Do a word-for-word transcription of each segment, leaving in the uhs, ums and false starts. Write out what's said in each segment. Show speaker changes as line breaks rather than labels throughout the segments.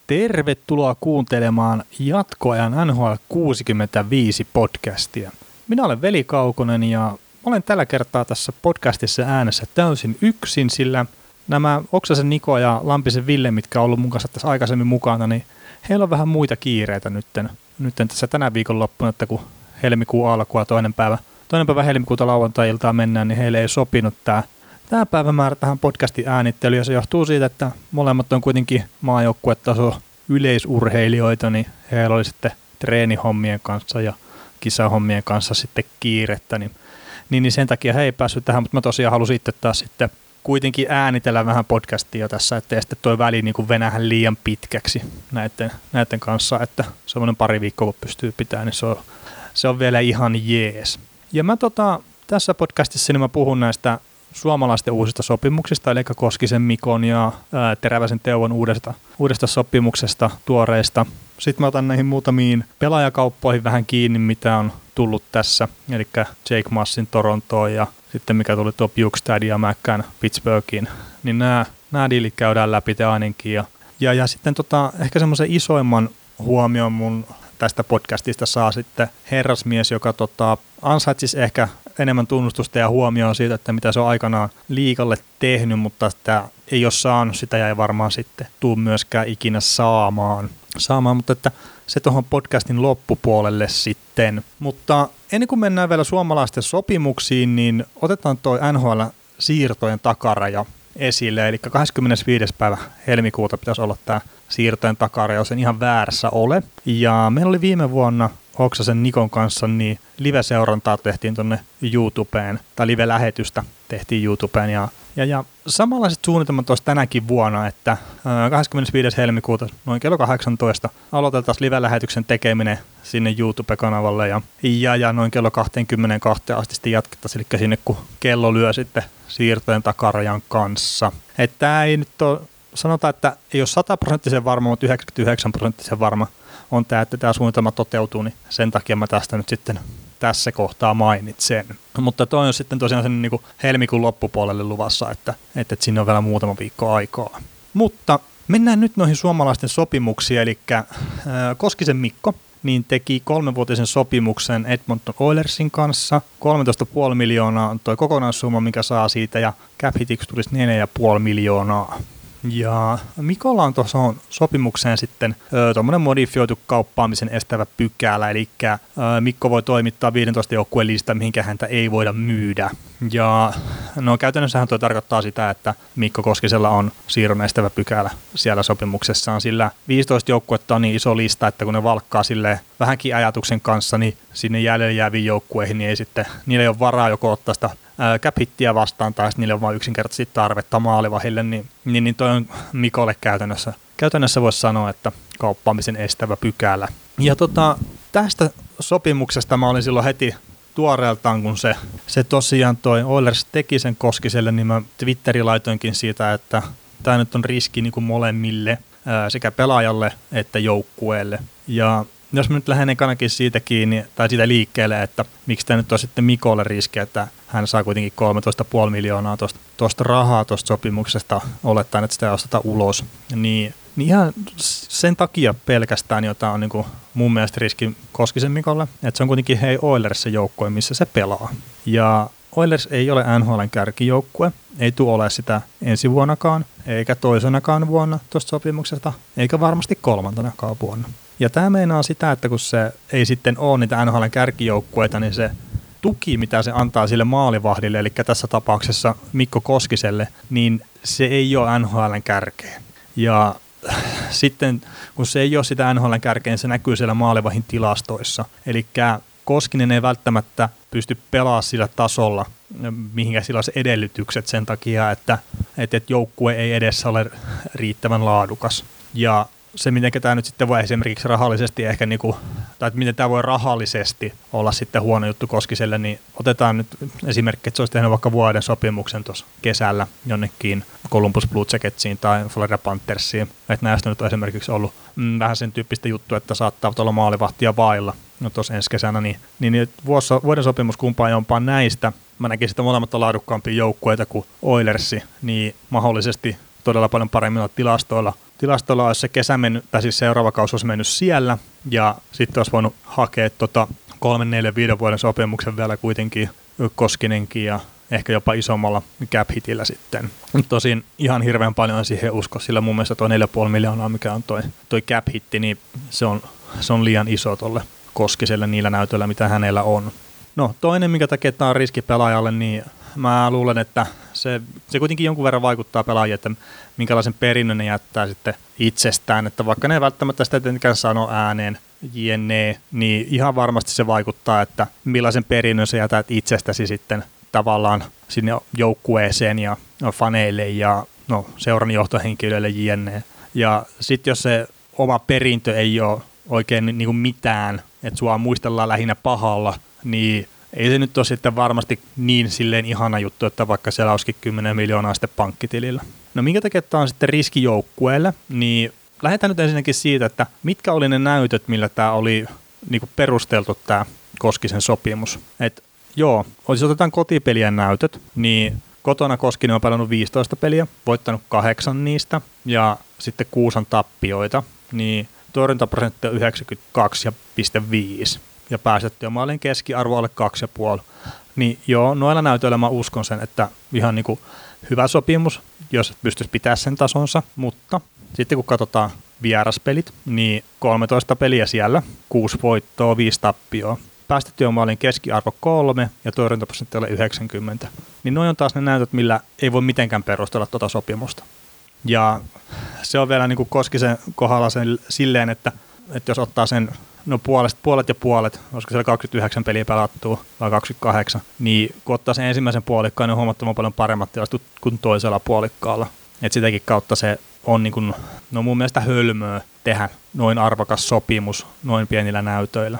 Tervetuloa kuuntelemaan jatkoajan N H L kuusikymmentäviisi podcastia. Minä olen Veli Kaukonen ja olen tällä kertaa tässä podcastissa äänessä täysin yksin, sillä nämä Oksasen Niko ja Lampisen Ville, mitkä on ollut mun kanssa tässä aikaisemmin mukana, niin heillä on vähän muita kiireitä nytten, nytten tässä tänä viikonloppuna, että kun helmikuun alkua toinen päivä, toinen päivä helmikuuta lauantai-iltaan mennään, niin heille ei sopinut tämä Tämä päivämäärä tähän podcastin äänittelyyn, ja se johtuu siitä, että molemmat on kuitenkin maajoukkuetaso yleisurheilijoita, niin heillä oli sitten treenihommien kanssa ja kisahommien kanssa sitten kiirettä, niin, niin, niin sen takia he ei päässyt tähän, mutta mä tosiaan halusin itse taas sitten kuitenkin äänitellä vähän podcastia tässä, ettei sitten toi väli niin kuin venähän liian pitkäksi näiden, näiden kanssa, että semmoinen pari viikkoa kun pystyy pitämään, niin se on, se on vielä ihan jees. Ja mä tota, tässä podcastissa niin mä puhun näistä suomalaisten uusista sopimuksista, eli Koskisen Mikon ja ää, Teräväsen Teuvon uudesta, uudesta sopimuksesta, tuoreista. Sitten mä otan näihin muutamiin pelaajakauppoihin vähän kiinni, mitä on tullut tässä, eli Jake Massin Torontoon ja sitten mikä tuli tuo Bjugstad ja McCann Pittsburghiin, niin nämä, nämä diilit käydään läpi te ainakin. Ja, ja, ja sitten tota, ehkä semmoisen isoimman huomion mun tästä podcastista saa sitten herrasmies, joka tota, ansaitsisi ehkä enemmän tunnustusta ja huomioon siitä, että mitä se on aikanaan liikalle tehnyt, mutta sitä ei ole saanut, sitä ja ei varmaan sitten tuu myöskään ikinä saamaan. saamaan mutta että se tuohon podcastin loppupuolelle sitten. Mutta ennen kuin mennään vielä suomalaisten sopimuksiin, niin otetaan toi N H L-siirtojen takaraja esille, eli kahdeskymmenesviides päivä helmikuuta pitäisi olla tämä siirtojen takaraja, jos en ihan väärässä ole. Ja meillä oli viime vuonna Oksasen Nikon kanssa niin live-seurantaa tehtiin tuonne YouTubeen, tai live-lähetystä tehtiin YouTubeen, ja, ja, ja samanlaiset suunnitelmat olisi tänäkin vuonna, että kahdeskymmenesviides helmikuuta noin kello kahdeksantoista aloiteltaisiin live-lähetyksen tekeminen sinne YouTube-kanavalle, ja, ja, ja noin kello kaksikymmentäkaksi asti sitten jatkettaisiin, eli sinne kun kello lyö sitten siirtojen takarajan kanssa. Että tämä ei nyt ole, sanotaan, että ei ole sataprosenttisen varma, mutta yhdeksänkymmentäyhdeksän prosenttisen varma on tämä, että tämä suunnitelma toteutuu, niin sen takia mä tästä nyt sitten tässä kohtaa mainitsen. Mutta toi on sitten tosiaan sen niin kuin helmikuun loppupuolelle luvassa, että, että sinne on vielä muutama viikko aikaa. Mutta mennään nyt noihin suomalaisten sopimuksiin, eli äh, Koskisen Mikko niin teki kolmenvuotisen sopimuksen Edmonton Oilersin kanssa. kolmetoista pilkku viisi miljoonaa on toi kokonaissumma, mikä saa siitä, ja cap hitiksi tulisi neljä pilkku viisi miljoonaa. Ja Mikolla on tuossa sopimukseen sitten tuommoinen modifioitu kauppaamisen estävä pykälä, eli ö, Mikko voi toimittaa viisitoista joukkueen lista, mihinkä häntä ei voida myydä. Ja no käytännössähän tuo tarkoittaa sitä, että Mikko Koskisella on siirron estävä pykälä siellä sopimuksessaan, sillä viisitoista joukkuetta on niin iso lista, että kun ne valkkaa silleen vähänkin ajatuksen kanssa, niin sinne jäljelle jääviin joukkueihin, niin ei sitten, niillä ei ole varaa joko ottaa sitä cap-hittiä vastaan, tai niillä on vain yksinkertaisesti tarvetta maalivahille, niin, niin, niin toi on Mikolle käytännössä. Käytännössä voisi sanoa, että kauppaamisen estävä pykälä. Ja tota, tästä sopimuksesta mä olin silloin heti tuoreeltaan, kun se, se tosiaan toi Oilers teki sen Koskiselle, niin mä Twitterin laitoinkin siitä, että tämä nyt on riski niin kuin molemmille, ää, sekä pelaajalle että joukkueelle. Ja jos mä nyt lähden ekanakin siitä kiinni, tai siitä liikkeelle, että miksi tämä nyt on sitten Mikolle riski, että hän saa kuitenkin kolmetoista pilkku viisi miljoonaa tuosta rahaa tuosta sopimuksesta, olettaen, että sitä ei osteta ulos, niin, niin ihan sen takia pelkästään, jota on niin kuin mun mielestä riski Koskisen Mikolle, että se on kuitenkin hei Oilers se joukkue, missä se pelaa. Ja Oilers ei ole N H L:n kärkijoukkue, ei tule ole sitä ensi vuonnakaan, eikä toisenakaan vuonna tuosta sopimuksesta, eikä varmasti kolmantenakaan vuonna. Ja tämä meinaa sitä, että kun se ei sitten ole niitä N H L:n kärkijoukkueita, niin se tuki, mitä se antaa sille maalivahdille, eli tässä tapauksessa Mikko Koskiselle, niin se ei ole N H L:n kärkeä. Ja sitten kun se ei ole sitä N H L:n kärkeä, niin se näkyy siellä maalivahdin tilastoissa. Eli Koskinen ei välttämättä pysty pelaamaan sillä tasolla, mihinkä sillä olisi edellytykset sen takia, että, että joukkue ei edessä ole riittävän laadukas. Ja se, miten tämä nyt sitten voi esimerkiksi rahallisesti ehkä, niinku, tai että miten tämä voi rahallisesti olla sitten huono juttu Koskiselle, niin otetaan nyt esimerkki, että se olisi tehnyt vaikka vuoden sopimuksen tuossa kesällä jonnekin Columbus Blue Jacketsiin tai Florida Panthersiin. Että näistä nyt on esimerkiksi ollut mm, vähän sen tyyppistä juttua, että saattaa olla maalivahtia vailla no tuossa ensi kesänä, niin, niin vuosi, vuoden sopimus kumpaan jompaan näistä. Mä näkisin, että molemmat on laadukkaampia joukkueita kuin Oilersi, niin mahdollisesti todella paljon paremmilla tilastoilla tilastolla olisi se kesä mennyt, tai siis seuraava kausi olisi mennyt siellä, ja sitten olisi voinut hakea tota kolmen, neljän, viiden vuoden sopimuksen vielä kuitenkin Koskinenkin, ja ehkä jopa isommalla cap-hitillä sitten. Tosin ihan hirveän paljon siihen usko, sillä mun mielestä tuo neljä pilkku viisi miljoonaa, mikä on toi, toi cap-hitti, niin se on, se on liian iso tolle Koskiselle niillä näytöillä, mitä hänellä on. No toinen, minkä takia tämä on riski pelaajalle, niin mä luulen, että se, se kuitenkin jonkun verran vaikuttaa pelaajia, että minkälaisen perinnön ne jättää sitten itsestään, että vaikka ne ei välttämättä sitä tietenkään sano ääneen, jne, niin ihan varmasti se vaikuttaa, että millaisen perinnön sä jätät itsestäsi sitten tavallaan sinne joukkueeseen ja faneille ja no, seuran johtohenkilöille jne. Ja sitten jos se oma perintö ei ole oikein niin kuin mitään, että sua muistellaan lähinnä pahalla, niin ei se nyt ole sitten varmasti niin silleen ihana juttu, että vaikka siellä olisikin kymmenen miljoonaa sitten pankkitilillä. No minkä takia tämä on sitten riski joukkueelle, niin lähdetään nyt ensinnäkin siitä, että mitkä oli ne näytöt, millä tämä oli niin kuin perusteltu tämä Koskisen sopimus. Et joo, jos otetaan kotipelien näytöt, niin kotona Koskinen on pelannut viisitoista peliä, voittanut kahdeksan niistä ja sitten kuusan tappioita, niin torjuntaprosentti on yhdeksänkymmentäkaksi pilkku viisi ja päästettyä maalin keskiarvo alle kaksi pilkku viisi. Niin joo, noilla näytöillä mä uskon sen, että ihan niin kuin hyvä sopimus, jos pystyisi pitää sen tasonsa, mutta sitten kun katsotaan vieraspelit, niin kolmetoista peliä siellä, kuusi voittoa, viisi tappioa. Päästettyä maalin keskiarvo kolme ja torjuntaprosentti alle yhdeksänkymmentä. Niin noin on taas ne näytöt, millä ei voi mitenkään perustella tuota sopimusta. Ja se on vielä niin kuin Koskisen kohdalla sen, silleen, että, että jos ottaa sen no puolet, puolet ja puolet, olisiko siellä kaksikymmentäyhdeksän peliä pelattua vai kaksikymmentäkahdeksan, niin kun ottaa sen ensimmäisen puolikkaan, niin on huomattavan paljon paremmat tilastot kuin toisella puolikkaalla. Et sitäkin kautta se on niin kuin, no mun mielestä hölmöä tehdä noin arvokas sopimus noin pienillä näytöillä.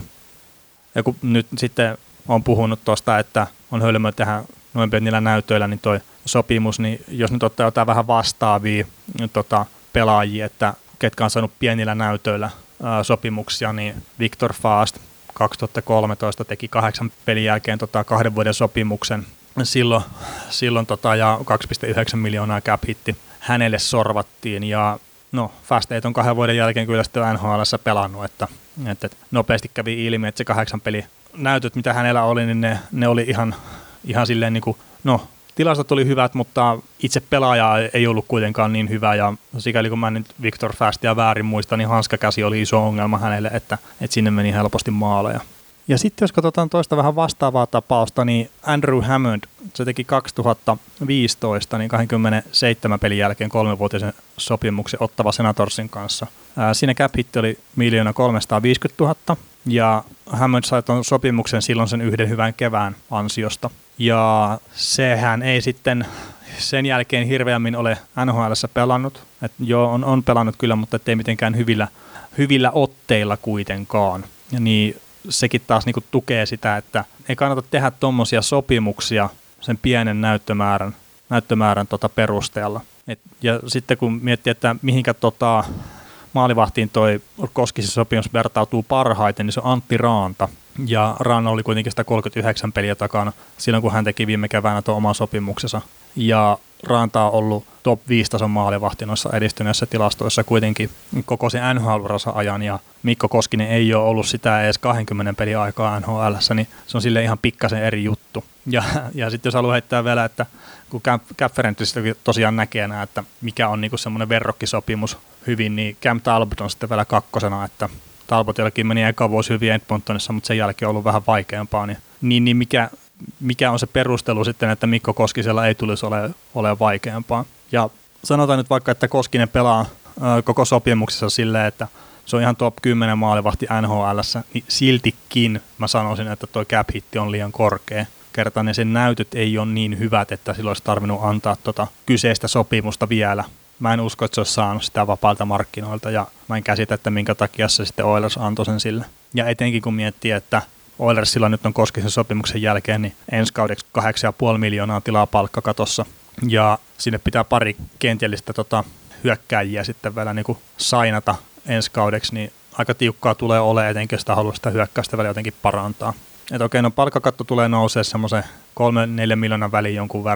Ja kun nyt sitten on puhunut tuosta, että on hölmöä tehdä noin pienillä näytöillä, niin toi sopimus, niin jos nyt ottaa jotain vähän vastaavia tota, pelaajia, että ketkä on saanut pienillä näytöillä ää, sopimuksia, niin Victor Fast kaksituhattakolmetoista teki kahdeksan pelin jälkeen tota, kahden vuoden sopimuksen silloin, silloin tota, ja kaksi pilkku yhdeksän miljoonaa cap-hitti hänelle sorvattiin ja no Fast ei ton kahden vuoden jälkeen kyllä sitten N H L:ssä pelannut, että, että nopeasti kävi ilmi, että se kahdeksan peli näytöt, mitä hänellä oli, niin ne, ne oli ihan, ihan silleen niin kuin, no tilastot oli hyvät, mutta itse pelaaja ei ollut kuitenkaan niin hyvä ja sikäli kun mä nyt Victor Fastia väärin muistan, niin hanskakäsi oli iso ongelma hänelle, että, että sinne meni helposti maaleja. Ja sitten jos katsotaan toista vähän vastaavaa tapausta, niin Andrew Hammond, se teki kaksituhattaviisitoista, niin kaksikymmentäseitsemän pelin jälkeen kolmevuotisen sopimuksen Ottawa Senatorsin kanssa. Ää, siinä cap-hitti oli miljoona kolmesataaviisikymmentätuhatta, ja Hammond sai ton sopimuksen silloin sen yhden hyvän kevään ansiosta. Ja sehän ei sitten sen jälkeen hirveämmin ole N H L:ssä pelannut. Et joo, on, on pelannut kyllä, mutta ei mitenkään hyvillä, hyvillä otteilla kuitenkaan. Ja niin sekin taas niinku tukee sitä, että ei kannata tehdä tuommoisia sopimuksia sen pienen näyttömäärän, näyttömäärän tota perusteella. Et, ja sitten kun miettii, että mihinkä tota maalivahtiin toi Koskisen sopimus vertautuu parhaiten, niin se on Antti Raanta. Ja Raana oli kuitenkin sitä kolmekymmentäyhdeksän peliä takana silloin, kun hän teki viime keväänä tuon oman sopimuksensa. Ja Raanta on ollut top viisi tason maalivahti noissa edistyneissä tilastoissa kuitenkin koko sen N H L-uransa ajan. Ja Mikko Koskinen ei ole ollut sitä edes kaksikymmentä pelin aikaa N H L:ssä, niin se on silleen ihan pikkasen eri juttu. Ja, ja sitten jos haluaa heittää vielä, että kun Cap Ferentistä tosiaan näkee nää, että mikä on niinku semmoinen verrokkisopimus hyvin, niin Cam Talbot on sitten vielä kakkosena, että Talbot jollakin meni eka vuosi hyvin Edmontonissa, mutta sen jälkeen on ollut vähän vaikeampaa, niin, niin, niin mikä, mikä on se perustelu sitten, että Mikko Koskisella ei tulisi ole, ole vaikeampaa. Ja sanotaan nyt vaikka, että Koskinen pelaa ö, koko sopimuksessa silleen, että se on ihan top kymmenen maalivahti N H L:ssä, niin siltikin mä sanoisin, että toi cap-hitti on liian korkea. Kertainen sen näytöt ei ole niin hyvät, että sillä olisi tarvinnut antaa tota kyseistä sopimusta vielä. Mä en usko, että se olisi saanut sitä vapaalta markkinoilta ja mä en käsitä, että minkä takia se sitten Oilers antoi sen sille. Ja etenkin kun miettii, että Oilersilla nyt on Koskisen sopimuksen jälkeen, niin ensi kaudeksi kahdeksan pilkku viisi miljoonaa tilaa palkkakatossa. Ja sinne pitää pari kentällistä tota, hyökkääjiä sitten vielä niin kuin sainata ensi kaudeksi, niin aika tiukkaa tulee olemaan, etenkin sitä haluaa sitä hyökkäystä vielä jotenkin parantaa. Että okei, no palkkakatto tulee nousee semmoisen kolme neljä miljoonan väliin jonkun verran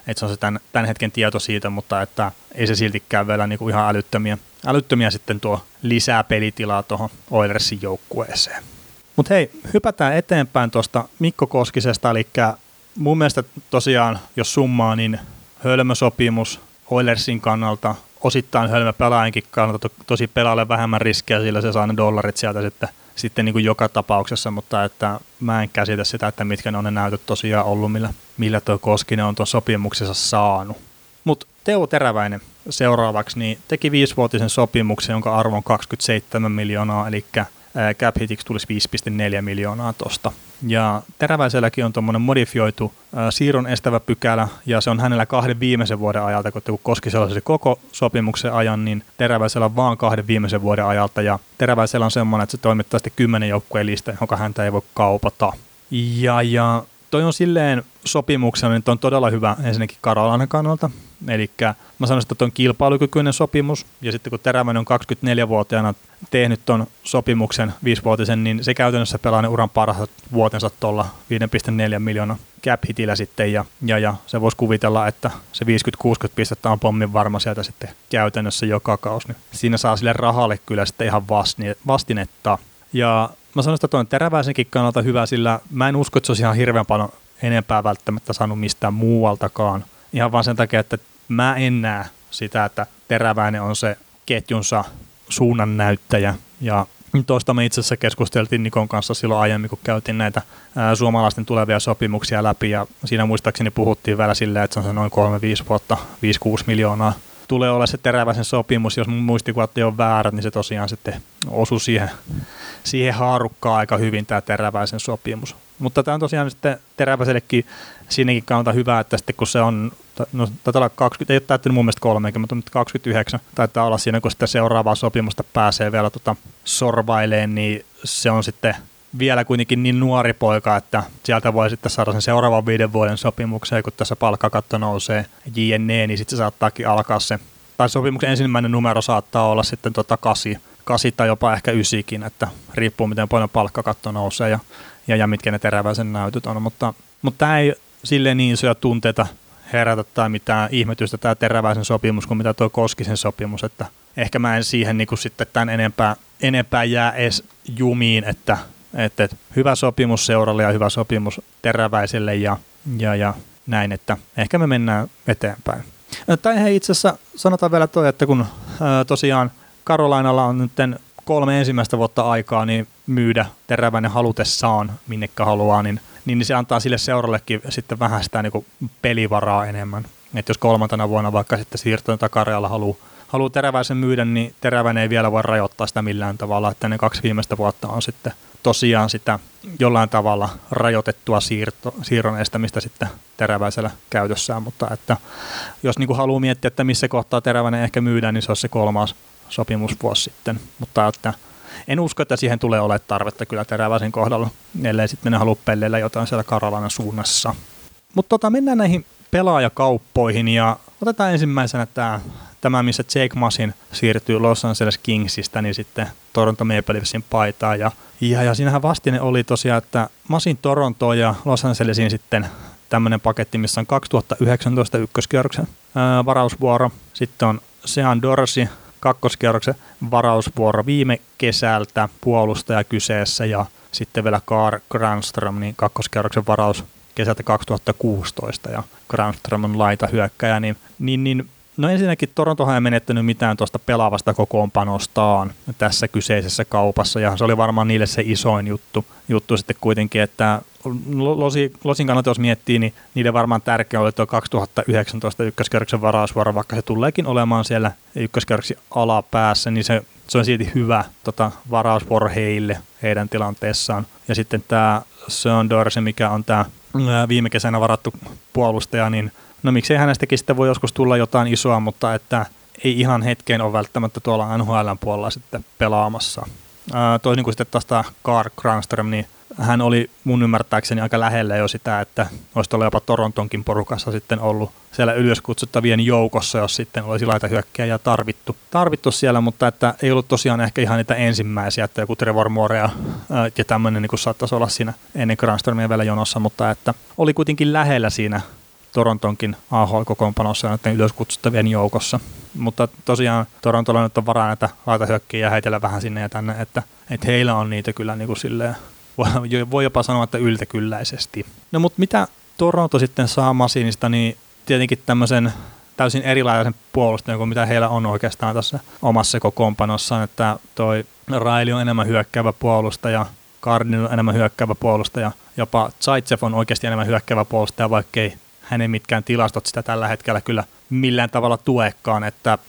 että se on se tämän, tämän hetken tieto siitä, mutta että ei se siltikään vielä niin kuin ihan älyttömiä, älyttömiä sitten tuo lisää pelitilaa tuohon Oilersin joukkueeseen. Mutta hei, hypätään eteenpäin tuosta Mikko Koskisesta, eli mun mielestä tosiaan, jos summaa, niin hölmö sopimus Oilersin kannalta, osittain hölmö pelaajankin kannalta, to, tosi pelaajalle vähemmän riskejä, sillä se saa ne dollarit sieltä sitten, sitten niin kuin joka tapauksessa, mutta että mä en käsitä sitä, että mitkä ne on ne näytöt tosiaan ollut, millä, millä tuo Koskinen on tuon sopimuksensa saanut. Mutta Teuvo Teräväinen seuraavaksi niin teki viisivuotisen sopimuksen, jonka arvo on kaksikymmentäseitsemän miljoonaa, eli cap hitiksi tulisi viisi pilkku neljä miljoonaa tosta. Ja Teräväiselläkin on tuommoinen modifioitu äh, siirron estävä pykälä, ja se on hänellä kahden viimeisen vuoden ajalta, kun Koskisella on se koko sopimuksen ajan, niin Teräväisellä on vaan kahden viimeisen vuoden ajalta, ja Teräväisellä on semmoinen, että se toimittaa sitten kymmenen joukkueen lista, jonka häntä ei voi kaupata. Ja, ja toi on silleen sopimuksena, niin toi on todella hyvä ensinnäkin Karolainen kannalta, eli mä sanoisin, että toi on kilpailukykyinen sopimus, ja sitten kun Teräväinen on kaksikymmentäneljävuotiaana tehnyt ton sopimuksen viisivuotisen, niin se käytännössä pelaa ne uran parhaat vuotensa tuolla viisi pilkku neljä miljoonaa cap-hitillä sitten, ja, ja, ja se voisi kuvitella, että se viisikymmentä kuusikymmentä pistettä on pommin varma sieltä sitten käytännössä joka kausi, niin siinä saa sille rahalle kyllä sitten ihan vastinetta, ja mä sanoin, että toi on Teräväisenkin kannalta hyvä, sillä mä en usko, että se olisi ihan hirveän paljon enempää välttämättä saanut mistään muualtakaan. Ihan vaan sen takia, että mä en näe sitä, että Teräväinen on se ketjunsa suunnannäyttäjä. Ja tuosta me itse asiassa keskusteltiin Nikon kanssa silloin aiemmin, kun käytiin näitä ää, suomalaisten tulevia sopimuksia läpi. Ja siinä muistaakseni puhuttiin vielä silleen, että se on se noin kolme viisi vuotta, viisi kuusi miljoonaa. Tulee olla se Teräväisen sopimus, jos mun muistikuvat ei ole väärät, niin se tosiaan sitten osui siihen, siihen haarukkaan aika hyvin tämä Teräväisen sopimus. Mutta tämä on tosiaan sitten Teräväisellekin siinäkin kannalta hyvä, että sitten kun se on, no taitaa olla kaksikymmentä, ei ole täyttänyt mun mielestä kolmekymmentä, mutta kaksikymmentäyhdeksän taitaa olla siinä, kun sitten seuraavaa sopimusta pääsee vielä tota sorvaileen, niin se on sitten vielä kuitenkin niin nuori poika, että sieltä voi sitten saada sen seuraavan viiden vuoden sopimukseen, kun tässä palkkakatto nousee jne, niin sitten se saattaakin alkaa se, tai sopimuksen ensimmäinen numero saattaa olla sitten tota kasi, kasi tai jopa ehkä ysikin, että riippuu miten paljon palkkakatto nousee ja, ja, ja mitkä ne Teräväisen näytöt on, mutta, mutta tämä ei silleen niin isoja tunteita herätä tai mitään ihmetystä tämä Teräväisen sopimus kuin mitä tuo Koskisen sopimus, että ehkä mä en siihen niin kuin sitten tämän enempää, enempää jää edes jumiin, että Että et, hyvä sopimus seuralle ja hyvä sopimus Teräväiselle ja, ja, ja näin, että ehkä me mennään eteenpäin. Tai hei, itse asiassa sanotaan vielä toi, että kun ää, tosiaan Karolainalla on nyt kolme ensimmäistä vuotta aikaa niin myydä Teräväinen halutessaan minnekä haluaa, niin, niin se antaa sille seurallekin sitten vähän sitä niin kuin pelivaraa enemmän. Että jos kolmantena vuonna vaikka sitten siirtojen takarealla haluaa haluaa Teräväisen myydä, niin Teräväinen ei vielä voi rajoittaa sitä millään tavalla, että ne kaksi viimeistä vuotta on sitten tosiaan sitä jollain tavalla rajoitettua siirto, siirron estämistä sitten Teräväisellä käytössään, mutta että jos niin kuin haluaa miettiä, että missä kohtaa Teräväinen ehkä myydään, niin se on se kolmas sopimusvuosi sitten, mutta että en usko, että siihen tulee olemaan tarvetta kyllä Teräväisen kohdalla, ellei sitten ne halua pelleillä jotain siellä Karolainen suunnassa. Mutta tota, mennään näihin pelaajakauppoihin ja otetaan ensimmäisenä tämä, tämä missä Jake Masin siirtyy Los Angeles Kingsistä, niin sitten Toronto Maple Leafsin paitaan. Ja, ja, ja siinähän vastine oli tosiaan, että Masin Torontoon ja Los Angelesiin sitten tämmöinen paketti, missä on kaksituhattayhdeksäntoista ykköskierroksen ää, varausvuoro. Sitten on Sean Dorsey kakkoskierroksen varausvuoro viime kesältä, puolustaja kyseessä, ja sitten vielä Carl Granström, niin kakkoskierroksen varaus kesältä kaksituhattakuusitoista, ja Granström on laitahyökkäjä, niin, niin, niin no ensinnäkin Torontohan ei menettänyt mitään tuosta pelaavasta kokoonpanostaan tässä kyseisessä kaupassa, ja se oli varmaan niille se isoin juttu, juttu sitten kuitenkin, että Losi, Losin kannalta jos miettii, niin niiden varmaan tärkeä oli tuo kaksituhattayhdeksäntoista ykköskierroksen varausvuoro, vaikka se tuleekin olemaan siellä ykköskierroksen alapäässä, niin se, se on silti hyvä tota, varausvuoro heille, heidän tilanteessaan. Ja sitten tämä Sean Dorsey, mikä on tämä viime kesänä varattu puolustaja, niin no miksei hänestäkin sitten voi joskus tulla jotain isoa, mutta että ei ihan hetkeen ole välttämättä tuolla N H L:n puolella sitten pelaamassa. Ää, toisin kuin sitten taas tämä Carl Granström, niin hän oli mun ymmärtääkseni aika lähellä jo sitä, että olisi tuolla jopa Torontonkin porukassa sitten ollut siellä ylöskutsuttavien joukossa, jos sitten olisi laitahyökkäjää tarvittu, tarvittu siellä, mutta että ei ollut tosiaan ehkä ihan niitä ensimmäisiä, että joku Trevor Moore ja, ja tämmöinen niin kuin saattaisi olla siinä ennen Granströmiä vielä jonossa, mutta että oli kuitenkin lähellä siinä Torontonkin A H L-kokoonpanossa näiden ylöskutsuttavien joukossa. Mutta tosiaan Torontolla nyt on varaa näitä laitahyökkiä ja heitellä vähän sinne ja tänne, että, että heillä on niitä kyllä niin kuin silleen, voi jopa sanoa, että yltäkylläisesti. No mutta mitä Toronto sitten saa Masinista, niin tietenkin tämmöisen täysin erilaisen puolustajan kuin mitä heillä on oikeastaan tässä omassa kokoonpanossaan, että toi Riley on enemmän hyökkäävä puolustaja, Gardiner on enemmän hyökkäävä puolustaja, jopa Zaitsev on oikeasti enemmän hyökkäävä puolustaja, vaikkei hänen mitkään tilastot sitä tällä hetkellä kyllä millään tavalla tuekaan, että,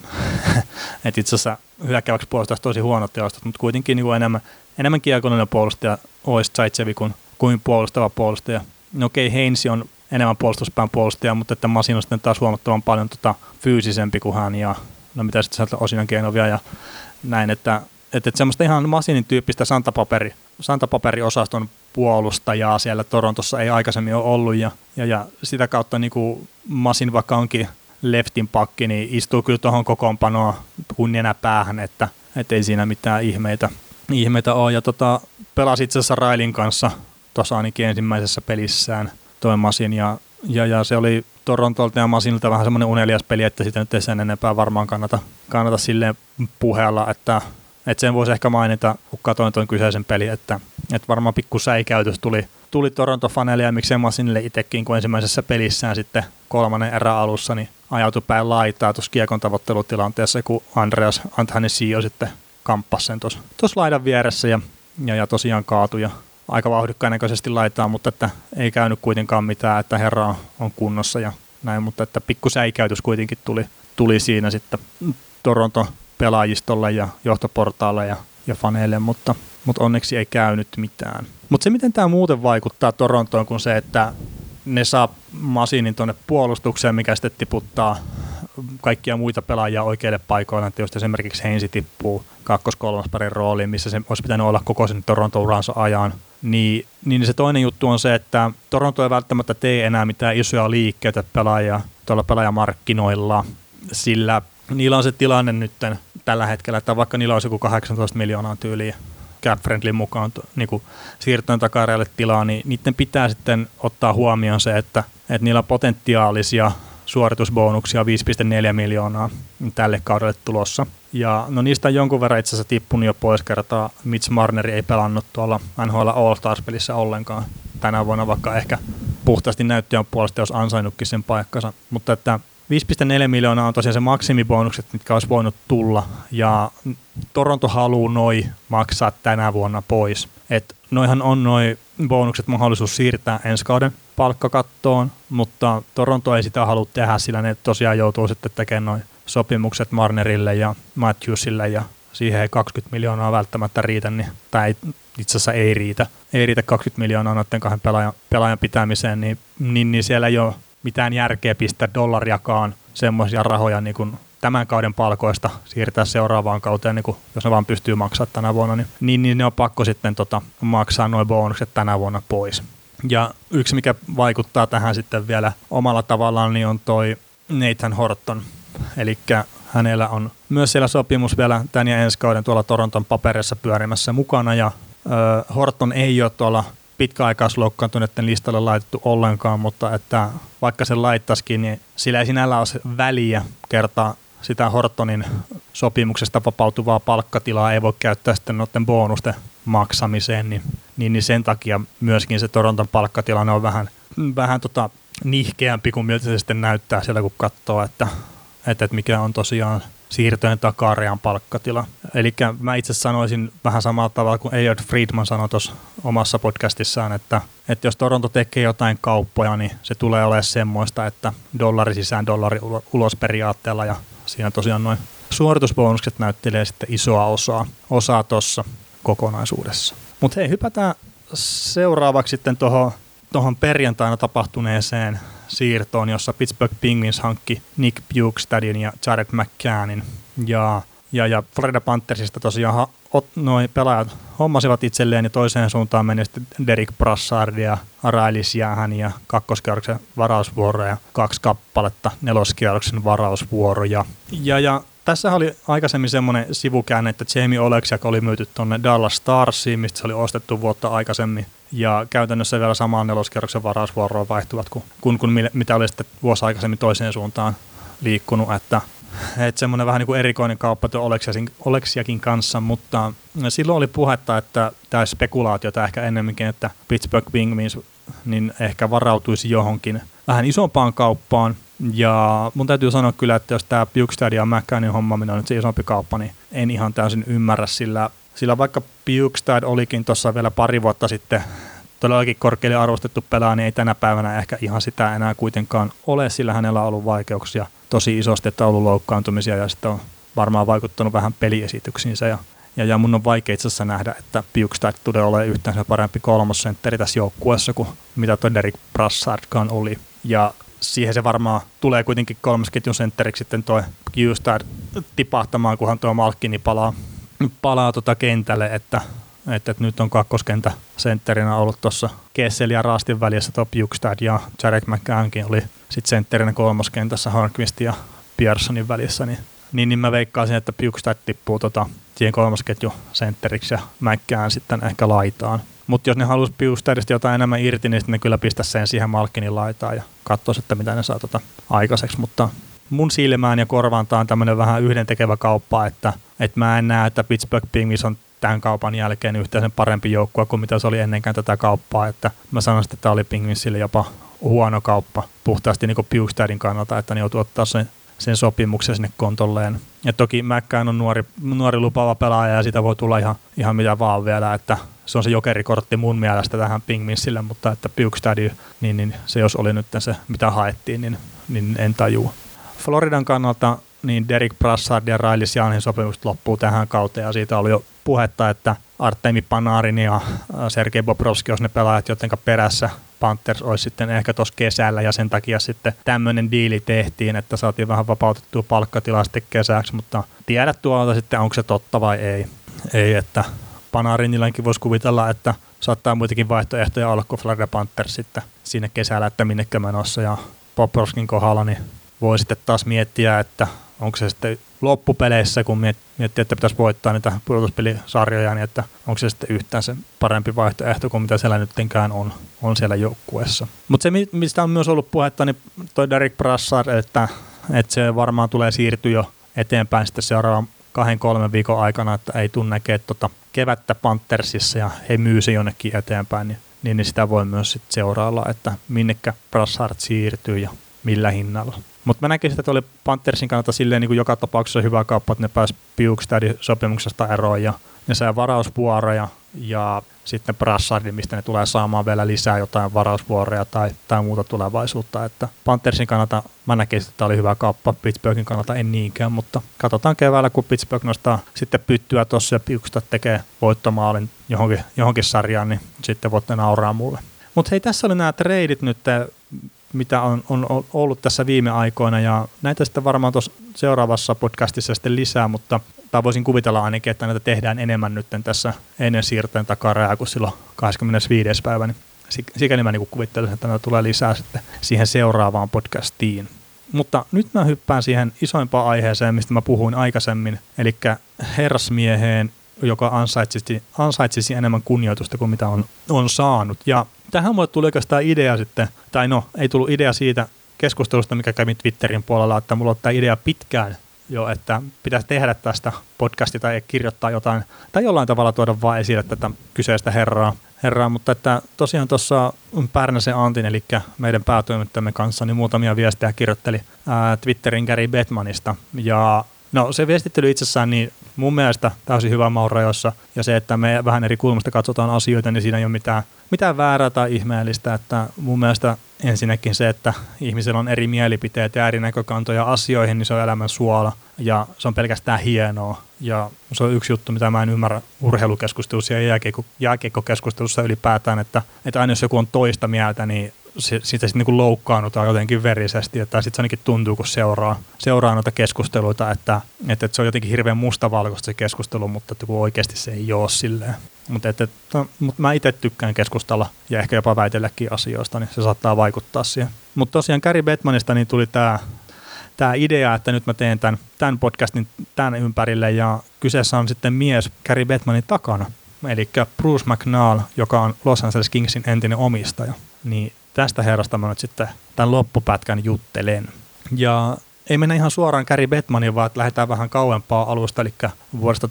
että itse asiassa hyökkääväksi puolustajaksi tosi huonot tilastot, mutta kuitenkin niin kuin enemmän, enemmän kiekollinen puolustaja olisi Zaitsev kuin, kuin puolustava puolustaja. No okei, Heinz on enemmän puolustuspään puolustaja, mutta että Masin on sitten taas huomattavan paljon tota fyysisempi kuin hän ja no mitä sitten sieltä Osinan Keinovia ja näin, että Että et semmoista ihan Masinin tyyppistä santapaperi, santapaperiosaston puolustajaa siellä Torontossa ei aikaisemmin ole ollut, ja, ja, ja sitä kautta niin kuin Masin, vaikka onkin leftin pakki, niin istuu kyllä tuohon kokoonpanoon kuin nenä päähän, että et ei siinä mitään ihmeitä, ihmeitä ole. Ja tota, pelasi itse asiassa Railin kanssa tuossa ainakin ensimmäisessä pelissään toi Masin, ja, ja, ja se oli Torontolta ja Masinilta vähän semmoinen unelias peli, että sitä nyt ei sen enempää varmaan kannata, kannata silleen puheella, että Että sen voisi ehkä mainita, kun katsoin tuon kyseisen pelin, että, että varmaan pikku säikäytys tuli, tuli Toronto-faneille ja miksei Masinille itsekin, kun ensimmäisessä pelissään sitten kolmannen erän alussa niin ajautui päin laitaa tuossa kiekon tavoittelutilanteessa, kun Andreas Antanasio sitten kamppasi sen tuossa laidan vieressä ja, ja, ja tosiaan kaatui ja aika vauhdikkaan näköisesti laitaa, mutta että ei käynyt kuitenkaan mitään, että herra on, on kunnossa ja näin, mutta että pikku säikäytys kuitenkin tuli, tuli siinä sitten Toronto pelaajistolle ja johtoportaalle ja, ja faneille, mutta, mutta onneksi ei käynyt mitään. Mutta se, miten tämä muuten vaikuttaa Torontoon, kun se, että ne saa Masinin tuonne puolustukseen, mikä sitten tiputtaa kaikkia muita pelaajia oikeille paikoille, että jos esimerkiksi Heinz tippuu kakkos-kolmasparin rooliin, missä se olisi pitänyt olla koko sen Toronto-uransa ajan, niin, niin se toinen juttu on se, että Toronto ei välttämättä tee enää mitään isoja liikkeitä pelaajia tuolla pelaajamarkkinoilla, sillä niillä on se tilanne nyt tällä hetkellä, että vaikka niillä olisi joku kahdeksantoista miljoonaa tyyliä cap-friendlin mukaan niin kuin siirtojen takareille tilaa, niin niiden pitää sitten ottaa huomioon se, että, että niillä on potentiaalisia suoritusbonuksia viisi pilkku neljä miljoonaa tälle kaudelle tulossa. Ja no niistä on jonkun verran itse asiassa tippunut jo pois kertaa. Mitch Marner ei pelannut tuolla N H L All-Stars-pelissä ollenkaan tänä vuonna, vaikka ehkä puhtaasti näyttöjen puolesta olisi ansainnutkin sen paikkansa, mutta että viisi pilkku neljä miljoonaa on tosiaan se maksimibonukset, mitkä olisi voinut tulla, ja Toronto haluaa noi maksaa tänä vuonna pois. Et noihan on noi bonukset mahdollisuus siirtää ensi kauden palkkakattoon, mutta Toronto ei sitä halua tehdä, sillä ne tosiaan joutuu sitten tekemään noi sopimukset Marnerille ja Matthewsille, ja siihen ei kaksikymmentä miljoonaa välttämättä riitä, niin, tai itse asiassa ei riitä. Ei riitä kaksikymmentä miljoonaa noiden kahden pelaajan, pelaajan pitämiseen, niin, niin, niin siellä ei ole mitään järkeä pistää dollariakaan semmoisia rahoja niin kuin tämän kauden palkoista siirtää seuraavaan kauteen, niin kuin, jos ne vaan pystyy maksamaan tänä vuonna, niin, niin, niin ne on pakko sitten tota, maksaa nuo bonukset tänä vuonna pois. Ja yksi, mikä vaikuttaa tähän sitten vielä omalla tavallaan, niin on toi Nathan Horton. Eli hänellä on myös siellä sopimus vielä tämän ja ensi kauden tuolla Toronton paperissa pyörimässä mukana, ja äh, Horton ei ole tuolla pitkäaikaisloukkaantuneiden listalle laitettu ollenkaan, mutta että vaikka se laittaisikin, niin sillä ei sinällä ole väliä kertaa sitä Hortonin sopimuksesta vapautuvaa palkkatilaa ei voi käyttää sitten noiden bonusten maksamiseen, niin, niin, niin sen takia myöskin se Toronton palkkatilanne on vähän, vähän tota nihkeämpi kuin miltä se sitten näyttää siellä, kun katsoo, että, että, että mikä on tosiaan siirtojen takarajan palkkatila. Eli mä itse sanoisin vähän samalla tavalla kuin Elliotte Friedman sanoi tuossa omassa podcastissaan, että, että jos Toronto tekee jotain kauppoja, niin se tulee olemaan semmoista, että dollari sisään, dollari ulos periaatteella, ja siinä tosiaan noin suoritusbonukset näyttelee sitten isoa osaa, osaa tuossa kokonaisuudessa. Mutta hei, hypätään seuraavaksi sitten tuohon tuohon perjantaina tapahtuneeseen siirtoon, jossa Pittsburgh Penguins hankki Nick Bjugstadin ja Jared McCannin. Ja, ja, ja Florida Panthersista tosiaan noi pelaajat hommasivat itselleen, ja toiseen suuntaan meni sitten Derek Brassard ja Railis Jäähän ja kakkoskierroksen varausvuoro ja kaksi kappaletta neloskierroksen varausvuoroja. Ja, ja tässä oli aikaisemmin semmoinen sivukäänne, että Jamie Oleksiak oli myyty tuonne Dallas Starsiin, mistä se oli ostettu vuotta aikaisemmin. ja käytännössä vielä samaan neloskerroksen varausvuoroon vaihtuvat kuin, kuin, kuin mitä oli sitten vuosi aikaisemmin toiseen suuntaan liikkunut, että että semmoinen vähän niin kuin erikoinen kauppa tuo Oleksiakin kanssa, mutta silloin oli puhetta, että tämä spekulaatiota ehkä ennemminkin, että Pittsburgh Penguins niin ehkä varautuisi johonkin vähän isompaan kauppaan, ja mun täytyy sanoa kyllä, että jos tämä Bjugstad ja McCannin hommaaminen on nyt se isompi kauppa, niin en ihan täysin ymmärrä, sillä, sillä vaikka Bjugstad olikin tuossa vielä pari vuotta sitten todellakin korkealle arvostettu pelaaja, niin ei tänä päivänä ehkä ihan sitä enää kuitenkaan ole, sillä hänellä on ollut vaikeuksia tosi isosti, että on ollut loukkaantumisia ja sitten on varmaan vaikuttanut vähän peliesityksiinsä. Ja, ja, ja mun on vaikea itse asiassa nähdä, että Bjugstad tulee olemaan yhtään se parempi kolmosentteri tässä joukkueessa kuin mitä tuo Derek Brassardkaan oli. Ja siihen se varmaan tulee kuitenkin kolmosketjun sentteriksi sitten tuo Bjugstad tipahtamaan, kunhan tuo Malkkini palaa, palaa tuota kentälle, että Että, että nyt on kakkoskentä sentterinä ollut tuossa Kessel ja Rastin välissä tuo Bjugstad ja Jared McCannkin oli sitten sentterinä kolmoskentässä Hornqvist ja Piersonin välissä, niin, niin, niin mä veikkaisin, että Bjugstad tippuu tota, siihen kolmosketju sentteriksi ja McCann sitten ehkä laitaan. Mutta jos ne haluaisi Bjugstadista jotain enemmän irti, niin sitten ne kyllä pistäisi sen siihen Malkkinin laitaan ja katsoisi, että mitä ne saa tota aikaiseksi, mutta mun silmään ja korvaan tää on tämmöinen vähän yhdentekevä kauppa, että, että mä en näe, että Pittsburgh Penguins on tämän kaupan jälkeen yhtään sen parempi joukkue kuin mitä se oli ennenkään tätä kauppaa, että mä sanoisin, että tämä oli Penguinsille jopa huono kauppa puhtaasti niin kuin Bjugstadin kannalta, että ne joutuu ottaa sen, sen sopimuksen sinne kontolleen. Ja toki McCann on nuori, nuori lupaava pelaaja ja siitä voi tulla ihan, ihan mitä vaan vielä, että se on se jokerikortti mun mielestä tähän Penguinsille, mutta että Bjugstad, niin, niin se jos oli nyt se mitä haettiin, niin, niin en tajua. Floridan kannalta niin Derek Brassard ja Riley Sjanahin sopimus loppuu tähän kauteen ja siitä oli jo puhetta, että Artemi Panarin ja Sergei Bobrovski olisi ne pelaajat, jotenka perässä Panthers olisi sitten ehkä tuossa kesällä ja sen takia sitten tämmöinen diili tehtiin, että saatiin vähän vapautettua palkkatilaa sitten kesäksi, mutta tiedä tuolta sitten, onko se totta vai ei. Ei, että Panarinillakin voisi kuvitella, että saattaa muitakin vaihtoehtoja olla kuin Florida Panthers sitten siinä kesällä, että minnekä menossa ja Bobrovskin kohdalla, niin voi sitten taas miettiä, että onko se sitten loppupeleissä, kun miettii, että pitäisi voittaa niitä pudotuspelisarjoja, niin että onko se sitten yhtään se parempi vaihtoehto kuin mitä siellä nyttenkään on, on siellä joukkueessa. Mutta se, mistä on myös ollut puhetta, niin toi Derek Brassard, että, että se varmaan tulee siirtyä jo eteenpäin sitten seuraavan kahden, kolmen viikon aikana, että ei tule näkee tuota kevättä Panthersissa ja he myy se jonnekin eteenpäin, niin, niin sitä voi myös sitten seurailla, että minnekä Brassard siirtyy ja millä hinnalla. Mutta mä näkisin, että oli Panthersin kannalta silleen niin kuin joka tapauksessa hyvä kauppa, että ne pääsi Bjugstadin sopimuksesta eroon ja ne sai varausvuoroja ja sitten Brassardin, mistä ne tulee saamaan vielä lisää jotain varausvuoroja tai, tai muuta tulevaisuutta. Että Panthersin kannalta mä näkisin, että tämä oli hyvä kauppa, Pittsburghin kannalta en niinkään, mutta katsotaan keväällä, kun Pittsburgh nostaa sitten pyttyä tuossa ja Bjugstad tekee voittomaalin johonkin, johonkin sarjaan, niin sitten voitte nauraa mulle. Mutta hei, tässä oli nämä treidit nyt, mitä on, on ollut tässä viime aikoina, ja näitä sitten varmaan tuossa seuraavassa podcastissa sitten lisää, mutta tai voisin kuvitella ainakin, että näitä tehdään enemmän nyt tässä ennen siirtojen takarajaa kuin silloin kahdeskymmenesviides päivä, niin sikäli mä niin kuvittelen, että näitä tulee lisää sitten siihen seuraavaan podcastiin. Mutta nyt mä hyppään siihen isoimpaan aiheeseen, mistä mä puhuin aikaisemmin, eli herrasmieheen, joka ansaitsisi, ansaitsisi enemmän kunnioitusta kuin mitä on, on saanut. Ja tähän mulle tuli oikeastaan idea sitten, tai no, ei tullut idea siitä keskustelusta, mikä kävi Twitterin puolella, että mulla on tämä idea pitkään jo, että pitäisi tehdä tästä podcastia tai kirjoittaa jotain, tai jollain tavalla tuoda vaan esille tätä kyseistä herraa. herraa. Mutta että tosiaan tuossa Pärnäsen Antin, eli meidän päätoimittajamme kanssa, niin muutamia viestejä kirjoitteli ää, Twitterin Gary Bettmanista, ja no se viestittely itsessään niin mun mielestä täysin hyvä maurajoissa, ja se, että me vähän eri kulmasta katsotaan asioita, niin siinä ei ole mitään, mitään väärää tai ihmeellistä, että mun mielestä ensinnäkin se, että ihmisellä on eri mielipiteet ja eri näkökantoja asioihin, niin se on elämän suola, ja se on pelkästään hienoa, ja se on yksi juttu, mitä mä en ymmärrä urheilukeskustelussa ja jääkiekko, jääkiekkokeskustelussa ylipäätään, että, että aina jos joku on toista mieltä, niin siitä sitten niin loukkaannutaan jotenkin verisesti, että sitten se ainakin tuntuu, kun seuraa, seuraa noita keskusteluita, että, että, että se on jotenkin hirveän mustavalkoista se keskustelu, mutta että kun oikeasti se ei ole silleen. Mutta, että, että, mutta mä itse tykkään keskustella ja ehkä jopa väitelläkin asioista, niin se saattaa vaikuttaa siihen. Mutta tosiaan Gary Bettmanista niin tuli tämä tämä idea, että nyt mä teen tämän, tämän podcastin tämän ympärille, ja kyseessä on sitten mies Gary Bettmanin takana. eli Bruce McNall, joka on Los Angeles Kingsin entinen omistaja, niin tästä herrasta mä nyt sitten tämän loppupätkän juttelen. Ja ei mennä ihan suoraan Gary Bettmaniin, vaan lähdetään vähän kauempaa alusta, eli vuodesta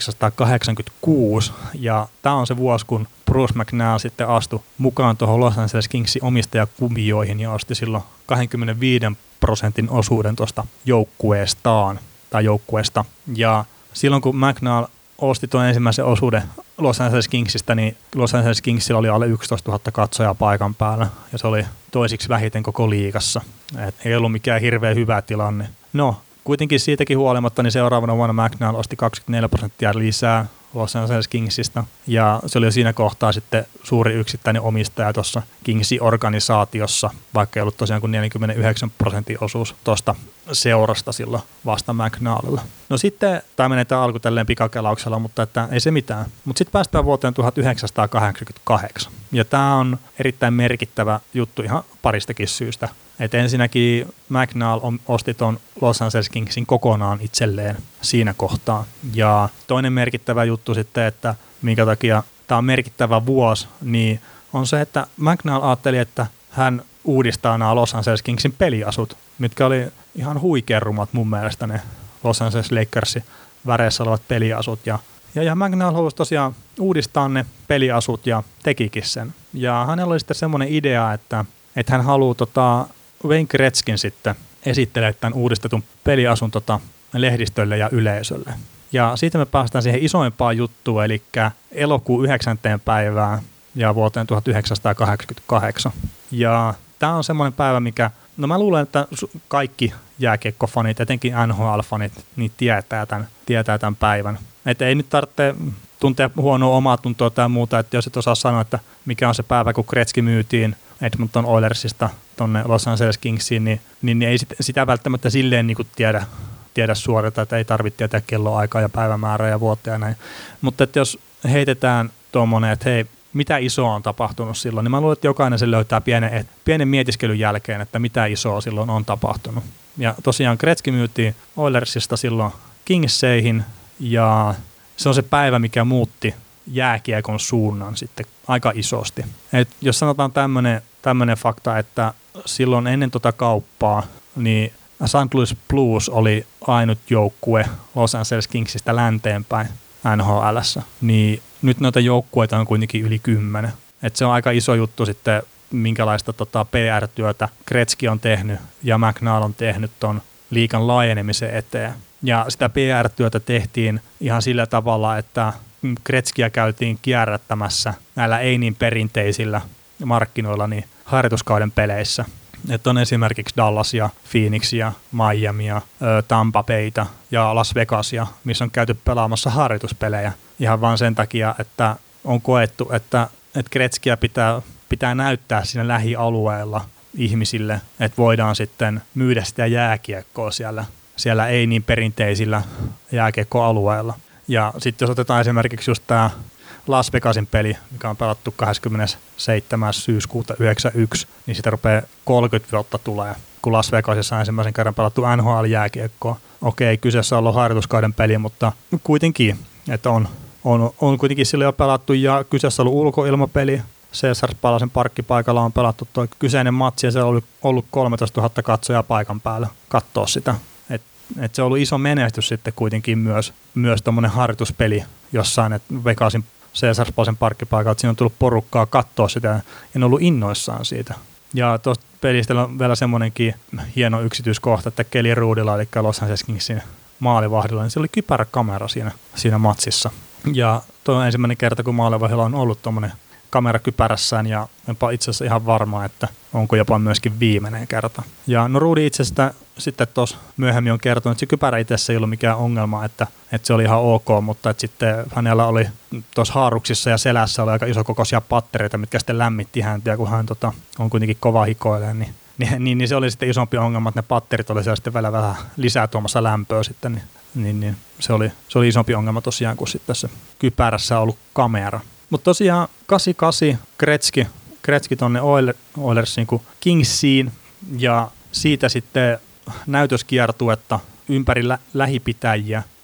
tuhatyhdeksänsataakahdeksankymmentäkuusi. Ja tämä on se vuosi, kun Bruce McNall sitten astui mukaan tuohon Los Angeles Kingsin omistajakuvioihin ja osti silloin kaksikymmentäviisi prosentin osuuden tuosta joukkueestaan tai joukkueesta. Ja silloin kun McNall osti tuon ensimmäisen osuuden Los Angeles Kingsistä, niin Los Angeles Kingsilla oli alle yksitoistatuhatta katsojaa paikan päällä, ja se oli toisiksi vähiten koko liigassa. Et ei ollut mikään hirveän hyvä tilanne. No, kuitenkin siitäkin huolimatta, niin seuraavana vuonna McNall osti kaksikymmentäneljä prosenttia lisää Los Angeles Kingsista, ja se oli jo siinä kohtaa sitten suuri yksittäinen omistaja tuossa Kingsin organisaatiossa, vaikka ei ollut tosiaan kuin neljäkymmentäyhdeksän prosentin osuus tuosta seurasta silloin vasta McNallilla. No sitten, tämä menee tämä alku tälleen pikakelauksella, mutta että ei se mitään. Mutta sitten päästään vuoteen tuhatyhdeksänsataakahdeksankymmentäkahdeksan, ja tämä on erittäin merkittävä juttu ihan paristakin syystä. Et ensinnäkin McNall osti tuon Los Angeles Kingsin kokonaan itselleen siinä kohtaa. Ja toinen merkittävä juttu sitten, että minkä takia tämä on merkittävä vuosi, niin on se, että McNall ajatteli, että hän uudistaa nämä Los Angeles Kingsin peliasut, mitkä oli ihan huikean rumat mun mielestä ne Los Angeles Lakersin väreissä olevat peliasut. Ja, ja, ja McNall halusi tosiaan uudistaa ne peliasut ja tekikin sen. Ja hänellä oli sitten semmoinen idea, että, että hän haluaa tota, Wayne Gretzkin sitten esittelee tämän uudistetun peliasun tota lehdistölle ja yleisölle. Ja siitä me päästään siihen isoimpaan juttuun, eli elokuun yhdeksänteen päivään ja vuoteen tuhatyhdeksänsataakahdeksankymmentäkahdeksan. Ja tämä on semmoinen päivä, mikä, no mä luulen, että kaikki jääkiekkofanit, etenkin N H L-fanit, niin tietää tämän, tietää tämän päivän. Että ei nyt tarvitse tuntea huonoa omaa tuntoa tai muuta, että jos et osaa sanoa, että mikä on se päivä, kun Gretzky myytiin Edmonton Oilersista tuonne Los Angeles Kingsiin, niin, niin, niin ei sit, sitä välttämättä silleen niin kuin tiedä, tiedä suorita, että ei tarvitse tietää kelloaikaa ja päivämäärää ja vuotta ja näin. Mutta että jos heitetään tuommoinen, että hei, mitä isoa on tapahtunut silloin, niin mä luulen, että jokainen se löytää pienen, pienen mietiskelyn jälkeen, että mitä isoa silloin on tapahtunut. Ja tosiaan Gretzky myytiin Oilersista silloin Kingseihin, ja se on se päivä, mikä muutti jääkiekon suunnan sitten aika isosti. Et jos sanotaan tämmöinen tämmöinen fakta, että silloin ennen tota kauppaa, niin Saint Louis Blues oli ainut joukkue Los Angeles Kingsistä länteenpäin N H L:ssä, niin nyt noita joukkueita on kuitenkin yli kymmenen. Et se on aika iso juttu sitten, minkälaista tota P R-työtä Gretzky on tehnyt ja McNall on tehnyt ton liigan laajenemisen eteen. Ja sitä P R-työtä tehtiin ihan sillä tavalla, että Gretzkyä käytiin kierrättämässä näillä ei niin perinteisillä markkinoilla niin harjoituskauden peleissä. Että on esimerkiksi Dallasia, Phoenixia, Miamia, Tampa Bayta ja Las Vegasia, missä on käyty pelaamassa harjoituspelejä ihan vain sen takia, että on koettu, että, että Gretzkyä pitää, pitää näyttää siinä lähialueella ihmisille, että voidaan sitten myydä sitä jääkiekkoa siellä, siellä ei niin perinteisillä jääkiekkoalueilla. Ja sitten jos otetaan esimerkiksi just tämä Las Vegasin peli, mikä on pelattu kahdeskymmenesseitsemäs syyskuuta yhdeksänkymmentäyksi, niin sitä rupeaa kolmekymmentä vuotta tulee, kun Las Vegasissa on ensimmäisen kerran pelattu N H L-jääkiekkoa. Okei, kyseessä on ollut harjoituskauden peli, mutta kuitenkin, että on, on, on kuitenkin sillä jo pelattu ja kyseessä on ollut ulkoilmapeli. Caesars Palacen parkkipaikalla on pelattu tuo kyseinen matsi ja se on ollut kolmetoistatuhatta katsojaa paikan päällä katsoa sitä. Et, et se on ollut iso menestys sitten kuitenkin myös, myös tommoinen harjoituspeli jossain, että Vegasin Caesars Palacen parkkipaikalta, että siinä on tullut porukkaa katsoa sitä ja ne on ollut innoissaan siitä. Ja tuosta pelistä on vielä semmoinenkin hieno yksityiskohta, että Kelly Ruudilla, eli Los Angeles Kingsin maalivahdilla, niin se oli kypäräkamera siinä, siinä matsissa. Ja tuo on ensimmäinen kerta, kun maalivahdilla on ollut tuommoinen kamera kypärässään, ja onpa itse asiassa ihan varma, että onko jopa myöskin viimeinen kerta. Ja no Ruudi itse asiassa sitten tuossa myöhemmin on kertonut, että se kypärä itse ei ollut mikään ongelma, että, että se oli ihan ok, mutta että sitten hänellä oli tuossa haaruksissa ja selässä oli aika isokokoisia pattereita, mitkä sitten lämmitti häntä, ja kun hän tota, on kuitenkin kova hikoilemaan, niin, niin, niin, niin se oli sitten isompi ongelma, että ne patterit oli siellä sitten vielä vähän lisää tuomassa lämpöä sitten, niin, niin, niin se, oli, se oli isompi ongelma tosiaan kuin sitten tässä kypärässä ollut kamera. Mutta tosiaan kahdeksankymmentäkahdeksan Gretzky, Gretzky tuonne Oilersiin kuin Kingsiin, ja siitä sitten näytöskiertuetta ympäri lä- lähipitäjiä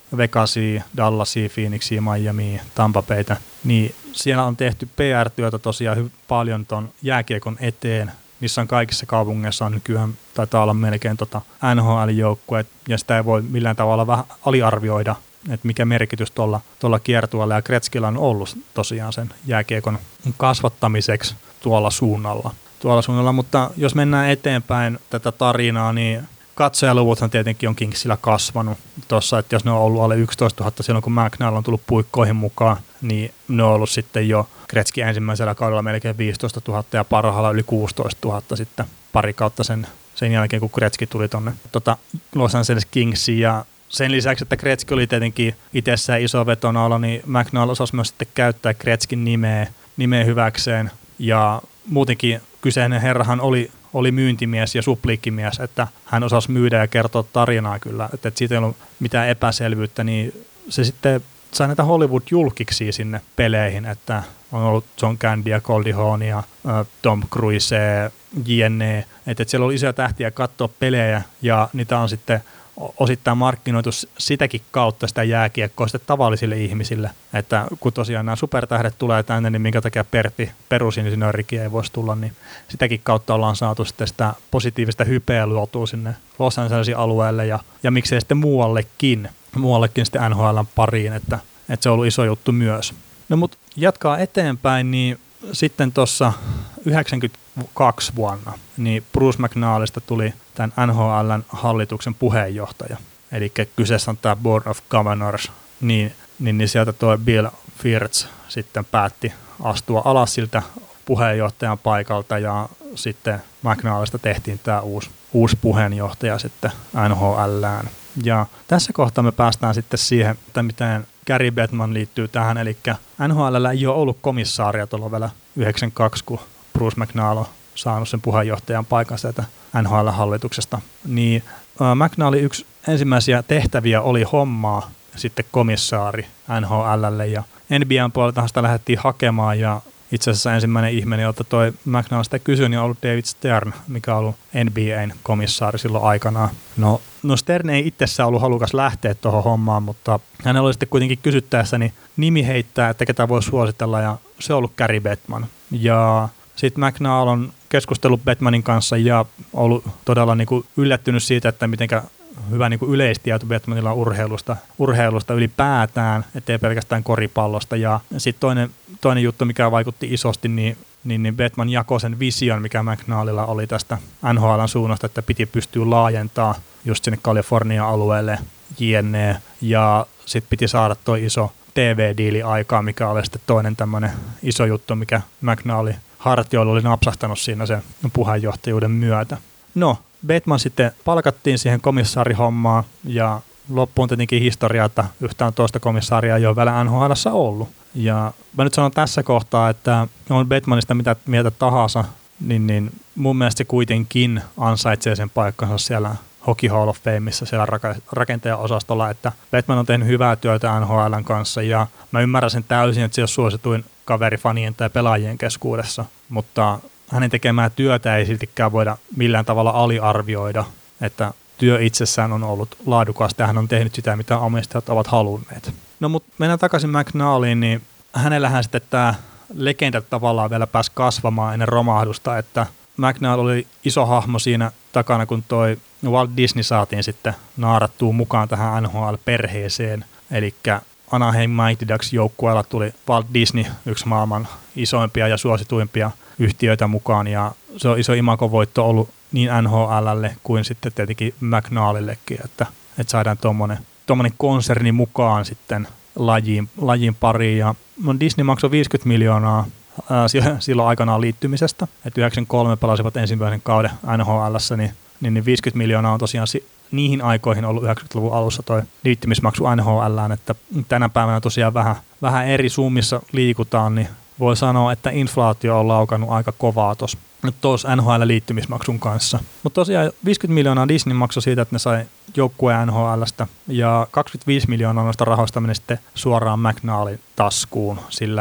Vegasia, Dallasia, Phoenixia, Miamia, Tampa Baytä, niin siellä on tehty P R-työtä tosiaan hy- paljon ton jääkiekon eteen, missä on kaikissa kaupungeissa on nykyään, taitaa olla melkein tota N H L-joukkueet, ja sitä ei voi millään tavalla vähän aliarvioida, että mikä merkitys tuolla, tuolla kiertueella ja Gretzkyllä on ollut tosiaan sen jääkiekon kasvattamiseksi tuolla suunnalla. Tuolla suunnalla, mutta jos mennään eteenpäin tätä tarinaa, niin katsojaluvuthan tietenkin on Kingsillä kasvanut tuossa, että jos ne on ollut alle yksitoistatuhatta silloin, kun McNall on tullut puikkoihin mukaan, niin ne on ollut sitten jo Gretzky ensimmäisellä kaudella melkein viisitoistatuhatta ja parhaalla yli kuusitoistatuhatta sitten pari kautta sen, sen jälkeen, kun Gretzky tuli tuonne tota Los Angeles Kingsiin. Ja sen lisäksi, että Gretzky oli tietenkin itsessään iso vetonaula, niin McNall osasi myös sitten käyttää Gretzkyn nimeä, nimeä hyväkseen. Ja muutenkin kyseinen herrahan oli, oli myyntimies ja supliikkimies, että hän osasi myydä ja kertoa tarinaa kyllä, että siitä ei ollut mitään epäselvyyttä, niin se sitten sai näitä Hollywood-julkiksi sinne peleihin, että on ollut John Candy ja Goldie Hawn ja äh, Tom Cruise, jne. Että et siellä oli isoja tähtiä katsoa pelejä ja niitä on sitten osittain markkinoitu sitäkin kautta sitä jääkiekkoa sitten tavallisille ihmisille, että kun tosiaan nämä supertähdet tulee tänne, niin minkä takia Pertti perusinsinöörikin ei voisi tulla, niin sitäkin kautta ollaan saatu sitten sitä positiivista hypeä luotua sinne Los Angelesin alueelle ja, ja miksei sitten muuallekin, muuallekin sitten N H L:n pariin, että, että se on ollut iso juttu myös. No mut jatkaa eteenpäin, niin sitten tuossa yhdeksänkymmentäkaksi vuonna, niin Bruce McNallista tuli tämän N H L:n hallituksen puheenjohtaja. Eli kyseessä on tämä Board of Governors, niin, niin, niin sieltä tuo Bill Firtz sitten päätti astua alas siltä puheenjohtajan paikalta ja sitten McNallista tehtiin tämä uusi, uusi puheenjohtaja sitten N H L:ään. Ja tässä kohtaa me päästään sitten siihen, että miten Gary Bettman liittyy tähän, eli N H L:llä ei ole ollut komissaaria tuolla vielä yhdeksänkymmentäkaksi, kun Bruce McNall on saanut sen puheenjohtajan paikan sieltä N H L-hallituksesta. Niin äh, McNallin yksi ensimmäisiä tehtäviä oli hommaa sitten komissaari N H L:lle, ja N B A:n puoleltahan sitä lähdettiin hakemaan, ja itse asiassa ensimmäinen ihminen, jolta toi McNall sitä kysyi, niin on ollut David Stern, mikä on ollut N B A:n komissaari silloin aikanaan. No, no Stern ei itsessään ollut halukas lähteä tuohon hommaan, mutta hän oli sitten kuitenkin kysyttäessä niin nimi heittää, että ketä voi suositella, ja se on ollut Gary Bettman. Ja sitten McNall on keskustellut Bettmanin kanssa ja ollut todella niin kuin yllättynyt siitä, että mitenkä hyvä niin kuin yleistieto Bettmanilla on urheilusta, urheilusta ylipäätään, ettei pelkästään koripallosta. Ja sitten toinen, toinen juttu, mikä vaikutti isosti, niin, niin, niin Bettman jakoi sen vision, mikä McNallilla oli tästä N H L:n suunnasta, että piti pystyä laajentaa just sinne Kalifornian alueelle jne. Ja sitten piti saada tuo iso T V-diili aikaa, mikä oli sitten toinen tämmöinen iso juttu, mikä McNall hartioilla oli napsahtanut siinä sen puheenjohtajuuden myötä. No, Bettman sitten palkattiin siihen komissaarihommaan ja loppuun tietenkin historia, että yhtään toista komissaaria ei ole vielä N H L:ssä ollut. Ja mä nyt sanon tässä kohtaa, että on Bettmanista mitä mieltä tahansa, niin, niin mun mielestä se kuitenkin ansaitsee sen paikkansa siellä Hockey Hall of Fameissa siellä rakentajaosastolla, että Bettman on tehnyt hyvää työtä N H L:n kanssa ja mä ymmärrän sen täysin, että se on suosituin kaveri fanien tai pelaajien keskuudessa, mutta hänen tekemää työtä ei siltikään voida millään tavalla aliarvioida, että työ itsessään on ollut laadukasta ja hän on tehnyt sitä, mitä omistajat ovat halunneet. No mutta mennään takaisin McNalliin, niin hänellähän sitten tämä legenda tavallaan vielä pääsi kasvamaan ennen romahdusta, että McNall oli iso hahmo siinä takana, kun toi Walt Disney saatiin sitten naarattua mukaan tähän N H L-perheeseen, eli Anaheim Mighty Ducks joukkueella tuli Walt Disney, yksi maailman isoimpia ja suosituimpia yhtiöitä mukaan, ja se on iso imagovoitto ollut niin N H L:lle kuin sitten tietenkin McNallillekin, että, että saadaan tuommoinen tuommoinen konserni mukaan sitten lajiin, lajiin pariin, ja Disney maksoi viisikymmentä miljoonaa ää, silloin aikanaan liittymisestä, että yhdeksänkymmentäkolme pelasivat ensimmäisen kauden N H L:ssä, niin, niin, niin viisikymmentä miljoonaa on tosiaan si- niihin aikoihin ollut yhdeksänkymmentäluvun alussa toi liittymismaksu N H L:ään, että tänä päivänä tosiaan vähän, vähän eri summissa liikutaan, niin voi sanoa, että inflaatio on laukannut aika kovaa tuossa tuossa N H L-liittymismaksun kanssa. Mutta tosiaan viisikymmentä miljoonaa Disney maksoi siitä, että ne sai joukkueen N H L:stä, ja kaksikymmentäviisi miljoonaa noista rahoista meni sitten suoraan McNallin taskuun, sillä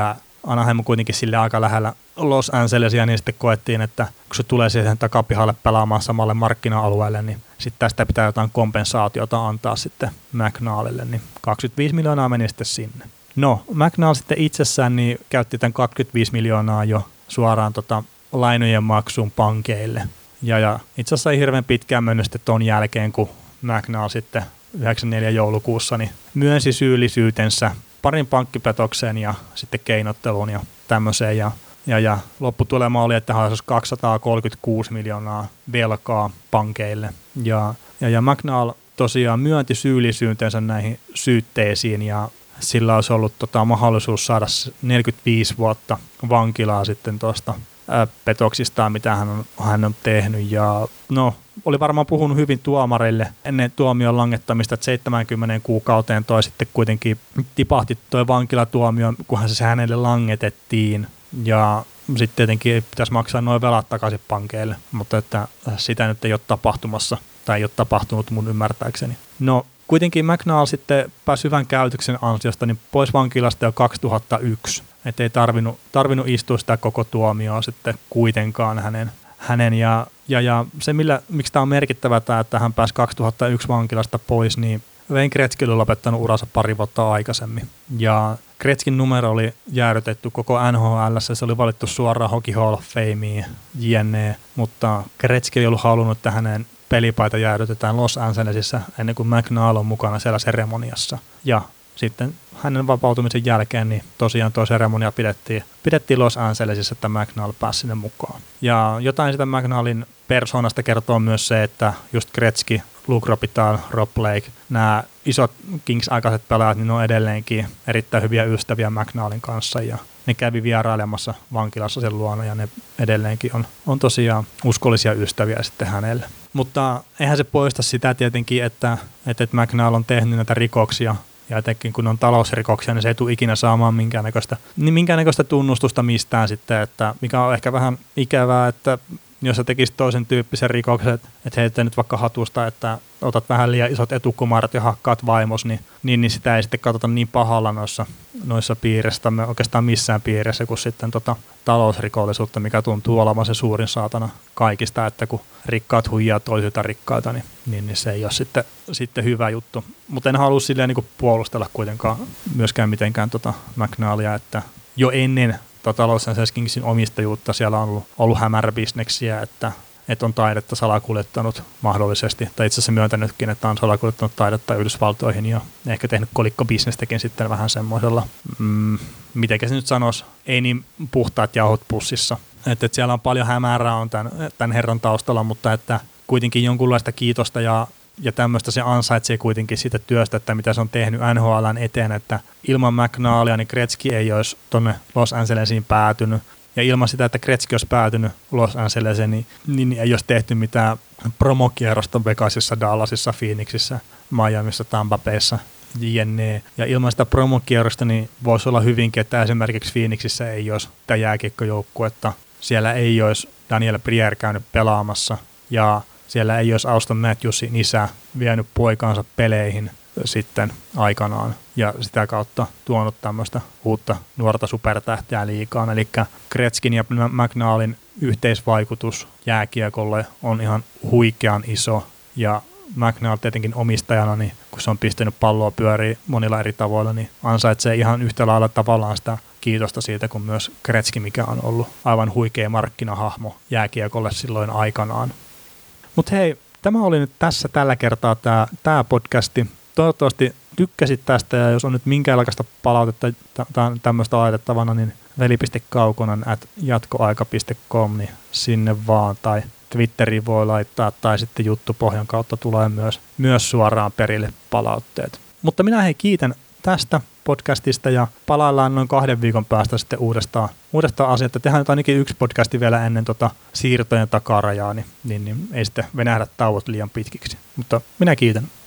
Anaheim on kuitenkin sille aika lähellä Los Angelesia, niin sitten koettiin, että kun se tulee siihen takapihalle pelaamaan samalle markkina-alueelle, niin sitten tästä pitää jotain kompensaatiota antaa sitten McNallille, niin kaksikymmentäviisi miljoonaa meni sitten sinne. No, McNall sitten itsessään niin käytti tämän kaksikymmentäviisi miljoonaa jo suoraan tota lainojen maksuun pankeille. Ja, ja itse asiassa ei hirveän pitkään mennyt sitten ton jälkeen, kun McNall sitten yhdeksänkymmentäneljä joulukuussa niin myönsi syyllisyytensä parin pankkipetokseen ja sitten keinotteluun ja tämmöiseen. Ja, ja, ja lopputulema oli, että hän olisi kaksisataakolmekymmentäkuusi miljoonaa velkaa pankeille. Ja, ja, ja McNall tosiaan myönti syyllisyytensä näihin syytteisiin ja sillä olisi ollut tota, mahdollisuus saada neljäkymmentäviisi vuotta vankilaa sitten tuosta petoksistaan, mitä hän on, hän on tehnyt. Ja no, oli varmaan puhunut hyvin tuomarille ennen tuomion langettamista, että seitsemänkymmentä kuukauteen toi sitten kuitenkin tipahti toi vankilatuomio, kunhan se hänelle langetettiin. Ja sitten tietenkin pitäisi maksaa noin velat takaisin pankeille, mutta että sitä nyt ei ole tapahtumassa, tai ei ole tapahtunut mun ymmärtääkseni. No, kuitenkin McNall sitten pääsi hyvän käytöksen ansiosta niin pois vankilasta jo kaksituhattayksi. Että ei tarvinnut, tarvinnut istua sitä koko tuomioa sitten kuitenkaan hänen. hänen ja, ja, ja se, millä, miksi tämä on merkittävää, tämä, että hän pääsi kaksituhattayksi vankilasta pois, niin Wayne Gretzky oli lopettanut uransa pari vuotta aikaisemmin. Ja Gretzkyn numero oli jäädytetty koko N H L:ssä, se oli valittu suoraan Hockey Hall of Fameen, jne. Mutta Gretzky ei ollut halunnut, että hänen pelipaita jäädytetään Los Angelesissa ennen kuin McNall on mukana siellä seremoniassa. Ja sitten hänen vapautumisen jälkeen niin tosiaan tuo seremonia pidettiin, pidettiin Los Angelesissa, että McNall pääsi sinne mukaan. Ja jotain sitä McNallin persoonasta kertoo myös se, että just Gretzky, Luc Robitaille, Rob Blake, nämä isot Kings-aikaiset pelaajat, niin ne on edelleenkin erittäin hyviä ystäviä McNallin kanssa ja ne kävi vierailemassa vankilassa sen luona ja ne edelleenkin on, on tosiaan uskollisia ystäviä sitten hänelle. Mutta eihän se poista sitä tietenkin, että, että McNall on tehnyt näitä rikoksia ja etenkin kun on talousrikoksia, niin se ei tule ikinä saamaan minkäännäköistä, niin minkäännäköistä tunnustusta mistään sitten, että mikä on ehkä vähän ikävää, että jos sä tekisit toisen tyyppisen rikoksen, että heitä nyt vaikka hatusta, että otat vähän liian isot etukumarat ja hakkaat vaimos, niin, niin, niin sitä ei sitten katsota niin pahalla noissa, noissa piirissä, oikeastaan missään piirissä kuin sitten tota talousrikollisuutta, mikä tuntuu olevan se suurin saatana kaikista, että kun rikkaat huijaa toisilta rikkaita, niin, niin, niin se ei ole sitten, sitten hyvä juttu. Mutta en halua silleen niin kuin puolustella kuitenkaan myöskään mitenkään tota McNallia, että jo ennen tota Los Angeles Kingsin omistajuutta siellä on ollut, ollut hämäräbisneksiä, että, että on taidetta salakuljettanut mahdollisesti, tai itse asiassa myöntänytkin, että on salakuljettanut taidetta Yhdysvaltoihin ja ehkä tehnyt kolikkobisnestäkin sitten vähän semmoisella, mm, mitenkä se nyt sanoisi, ei niin puhtaat jauhot pussissa. Että, että siellä on paljon hämärää on tämän, tämän herran taustalla, mutta että kuitenkin jonkunlaista kiitosta ja Ja tämmöistä se ansaitsee kuitenkin siitä työstä, että mitä se on tehnyt N H L:n eteen, että ilman McNallia niin Gretzky ei olisi tuonne Los Angelesiin päätynyt. Ja ilman sitä, että Gretzky olisi päätynyt Los Angelesiin, niin, niin ei olisi tehty mitään promokierrosta Vegasissa, Dallasissa, Phoenixissa, Miamissa, Tampa Bayssa, jne. Ja ilman sitä promokierrosta niin voisi olla hyvinkin, että esimerkiksi Phoenixissä ei olisi tämä jääkiekkojoukkuetta. Siellä ei olisi Daniel Briere käynyt pelaamassa ja siellä ei olisi Auston Matthewsin isä vienyt poikaansa peleihin sitten aikanaan ja sitä kautta tuonut tämmöistä uutta nuorta supertähteä liigaan. Eli Gretzkyn ja McNallin yhteisvaikutus jääkiekolle on ihan huikean iso ja McNall tietenkin omistajana, niin kun se on pistänyt palloa pyöriä monilla eri tavoilla, niin ansaitsee ihan yhtä lailla tavallaan sitä kiitosta siitä kuin myös Gretzky, mikä on ollut aivan huikea markkinahahmo jääkiekolle silloin aikanaan. Mutta hei, tämä oli nyt tässä tällä kertaa tämä, tämä podcasti. Toivottavasti tykkäsit tästä ja jos on nyt minkäänlaista palautetta tämmöistä laitettavana, niin veli piste kaukonen at jatkoaika piste com, niin sinne vaan tai Twitteriin voi laittaa tai sitten juttupohjan kautta tulee myös, myös suoraan perille palautteet. Mutta minä hei kiitän tästä podcastista ja palaillaan noin kahden viikon päästä sitten uudestaan, uudestaan asiasta. Tehdään nyt ainakin yksi podcasti vielä ennen tota siirtojen takarajaa, niin, niin, niin ei sitten venähdä tauot liian pitkiksi. Mutta minä kiitän.